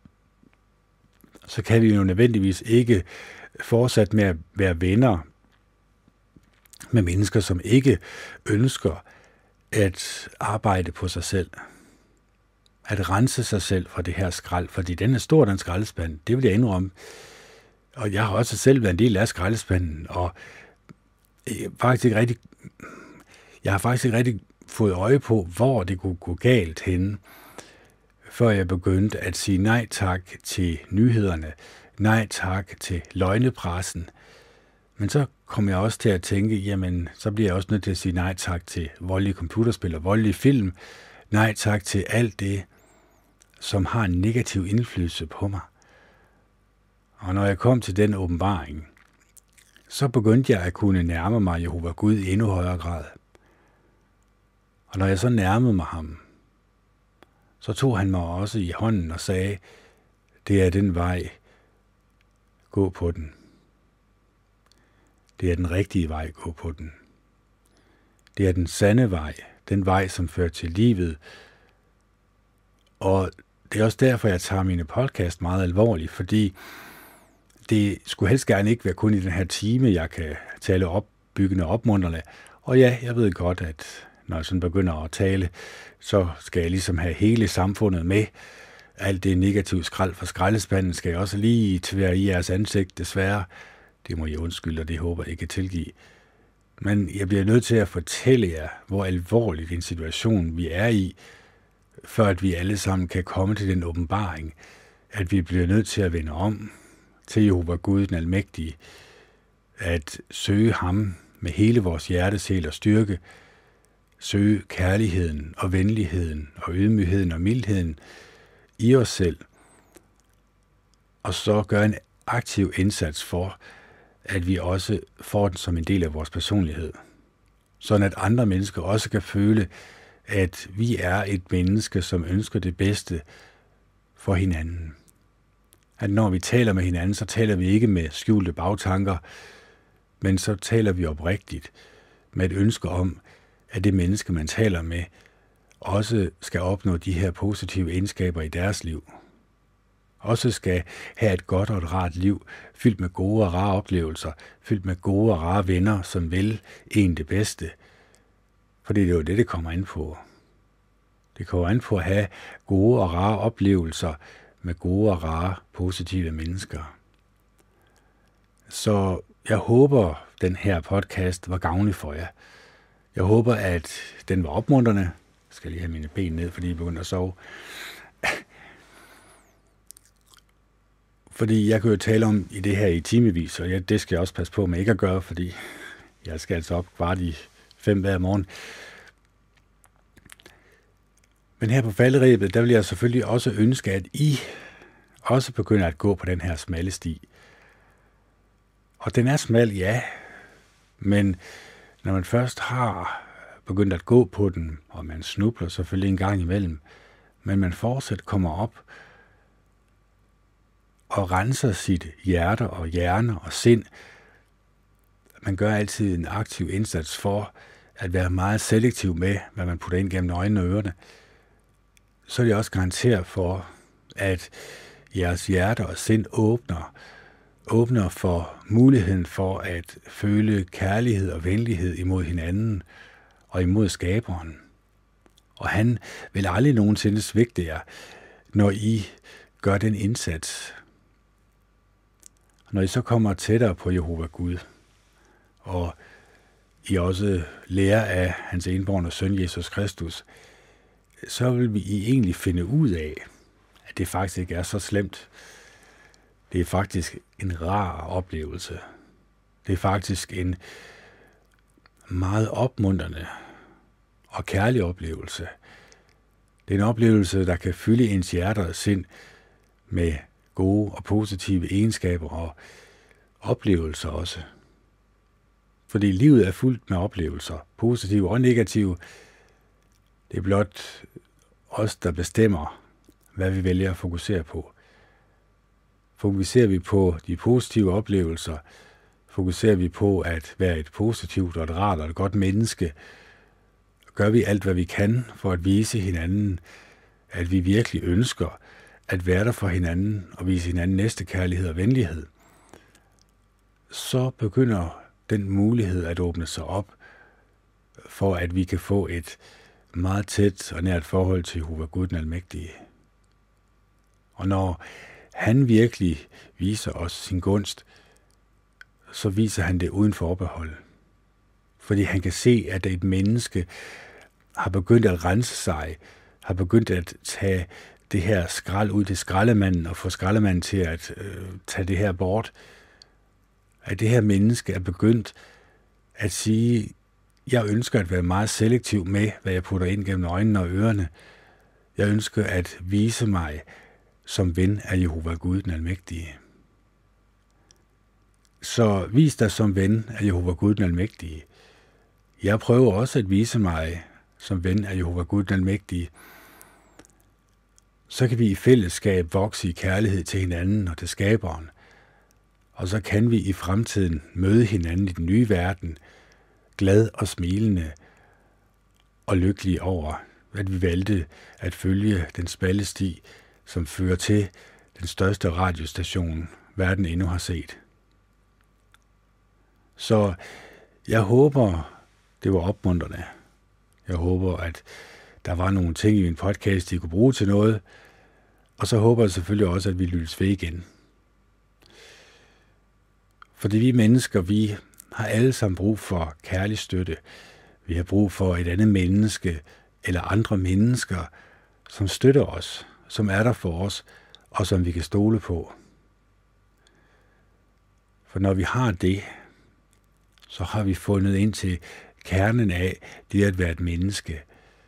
så kan vi jo nødvendigvis ikke fortsætte med at være venner med mennesker, som ikke ønsker at arbejde på sig selv. At rense sig selv fra det her skrald, fordi den er stor, den skraldespand, det vil jeg indrømme. Og jeg har også selv været en del af skraldespanden, og jeg, faktisk ikke rigtig, jeg har faktisk ikke rigtig fået øje på, hvor det kunne gå galt henne, før jeg begyndte at sige nej tak til nyhederne, nej tak til løgnepressen. Men så kom jeg også til at tænke, jamen, så bliver jeg også nødt til at sige nej tak til voldelige computerspil og voldelige film, nej tak til alt det, som har en negativ indflydelse på mig. Og når jeg kom til den åbenbaring, så begyndte jeg at kunne nærme mig Jehova Gud i endnu højere grad. Og når jeg så nærmede mig ham, så tog han mig også i hånden og sagde, det er den vej, gå på den. Det er den rigtige vej, gå på den. Det er den sande vej, den vej, som fører til livet. Og det er også derfor, jeg tager mine podcast meget alvorligt, fordi det skulle helst gerne ikke være kun i den her time, jeg kan tale opbyggende og opmuntrende. Og ja, jeg ved godt, at når jeg sådan begynder at tale, så skal jeg ligesom have hele samfundet med. Alt det negative skrald fra skraldespanden skal jeg også lige tvære i jeres ansigt, desværre. Det må jeg undskylde, og det håber jeg ikke tilgive. Men jeg bliver nødt til at fortælle jer, hvor alvorligt en situation vi er i, før at vi alle sammen kan komme til den åbenbaring, at vi bliver nødt til at vende om til Jehova Gud, den almægtige, at søge ham med hele vores hjerte, sjæl og styrke, søge kærligheden og venligheden og ydmygheden og mildheden i os selv, og så gøre en aktiv indsats for, at vi også får den som en del af vores personlighed. Sådan at andre mennesker også kan føle, at vi er et menneske, som ønsker det bedste for hinanden. At når vi taler med hinanden, så taler vi ikke med skjulte bagtanker, men så taler vi oprigtigt med et ønske om, at det menneske, man taler med, også skal opnå de her positive egenskaber i deres liv. Også skal have et godt og et rart liv, fyldt med gode og rare oplevelser, fyldt med gode og rare venner, som vil en det bedste. Fordi det er jo det, det kommer an på. Det kommer an på at have gode og rare oplevelser med gode og rare, positive mennesker. Så jeg håber, den her podcast var gavnlig for jer. Jeg håber, at den var opmuntrende. Jeg skal lige have mine ben ned, fordi jeg begynder at sove. Fordi jeg kan jo tale om i det her i timevis, og jeg, det skal jeg også passe på med ikke at gøre, fordi jeg skal altså op kvart i fem hver morgen. Men her på falderebet, der vil jeg selvfølgelig også ønske, at I også begynder at gå på den her smalle sti. Og den er smal, ja, men når man først har begyndt at gå på den, og man snubler selvfølgelig en gang imellem, men man fortsat kommer op og renser sit hjerte og hjerne og sind. Man gør altid en aktiv indsats for at være meget selektiv med, hvad man putter ind gennem øjnene og ørerne. Så er det også garanteret for, at jeres hjerte og sind åbner, åbner for muligheden for at føle kærlighed og venlighed imod hinanden og imod skaberen. Og han vil aldrig nogensinde svigte jer, når I gør den indsats. Når I så kommer tættere på Jehova Gud, og I også lærer af hans enbårne søn Jesus Kristus, så vil I egentlig finde ud af, at det faktisk ikke er så slemt. Det er faktisk en rar oplevelse. Det er faktisk en meget opmuntrende og kærlig oplevelse. Det er en oplevelse, der kan fylde ens hjerte og sind med gode og positive egenskaber og oplevelser også. Fordi livet er fuldt med oplevelser, positive og negative. Det er blot os, der bestemmer, hvad vi vælger at fokusere på. Fokuserer vi på de positive oplevelser, fokuserer vi på at være et positivt og et rart og et godt menneske, gør vi alt, hvad vi kan for at vise hinanden, at vi virkelig ønsker at være der for hinanden og vise hinanden næstekærlighed og venlighed, så begynder den mulighed at åbne sig op, for at vi kan få et meget tæt og nært forhold til Jehova Gud den Almægtige. Og når han virkelig viser os sin gunst, så viser han det uden forbehold. Fordi han kan se, at et menneske har begyndt at rense sig, har begyndt at tage det her skrald ud til skraldemanden og få skraldemanden til at øh, tage det her bort. At det her menneske er begyndt at sige, Jeg ønsker at være meget selektiv med, hvad jeg putter ind gennem øjnene og ørerne. Jeg ønsker at vise mig som ven af Jehova Gud den Almægtige. Så vis dig som ven af Jehova Gud den Almægtige. Jeg prøver også at vise mig som ven af Jehova Gud den Almægtige. Så kan vi i fællesskab vokse i kærlighed til hinanden og til skaberen. Og så kan vi i fremtiden møde hinanden i den nye verden, glad og smilende og lykkelig over, at vi valgte at følge den smalle sti, som fører til den største radiostation, verden endnu har set. Så jeg håber, det var opmuntrende. Jeg håber, at der var nogle ting i min podcast, I kunne bruge til noget. Og så håber jeg selvfølgelig også, at vi lyttes ved igen. Fordi vi mennesker, vi har alle sammen brug for kærlig støtte. Vi har brug for et andet menneske eller andre mennesker, som støtter os, som er der for os, og som vi kan stole på. For når vi har det, så har vi fundet ind til kernen af det at være et menneske.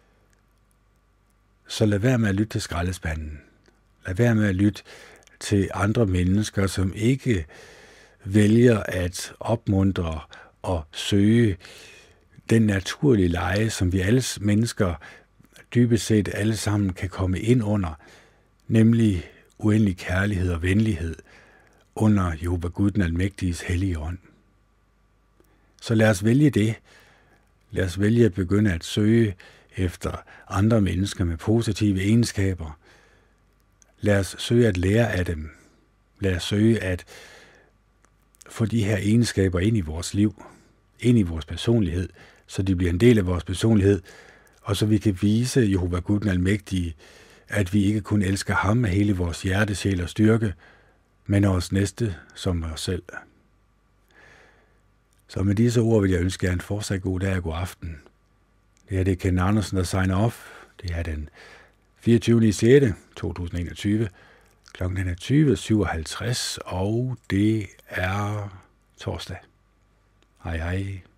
Så lad være med at lytte til skraldespanden. Lad være med at lytte til andre mennesker, som ikke vælger at opmuntre og søge den naturlige leje, som vi alle mennesker dybest set alle sammen kan komme ind under, nemlig uendelig kærlighed og venlighed under Jehova Gud den Almægtiges hellige ånd. Så lad os vælge det. Lad os vælge at begynde at søge efter andre mennesker med positive egenskaber. Lad os søge at lære af dem. Lad os søge at få de her egenskaber ind i vores liv, ind i vores personlighed, så de bliver en del af vores personlighed, og så vi kan vise Jehova Gud den Almægtige, at vi ikke kun elsker ham med hele vores hjerte, sjæl og styrke, men os næste som os selv. Så med disse ord vil jeg ønske jer en fortsat god dag og god aften. Det er det Ken Andersen, der signer off. Det er den fireogtyvende juni to tusind og enogtyve. Klokken er tyve syvoghalvtreds, og det er torsdag. Hej hej.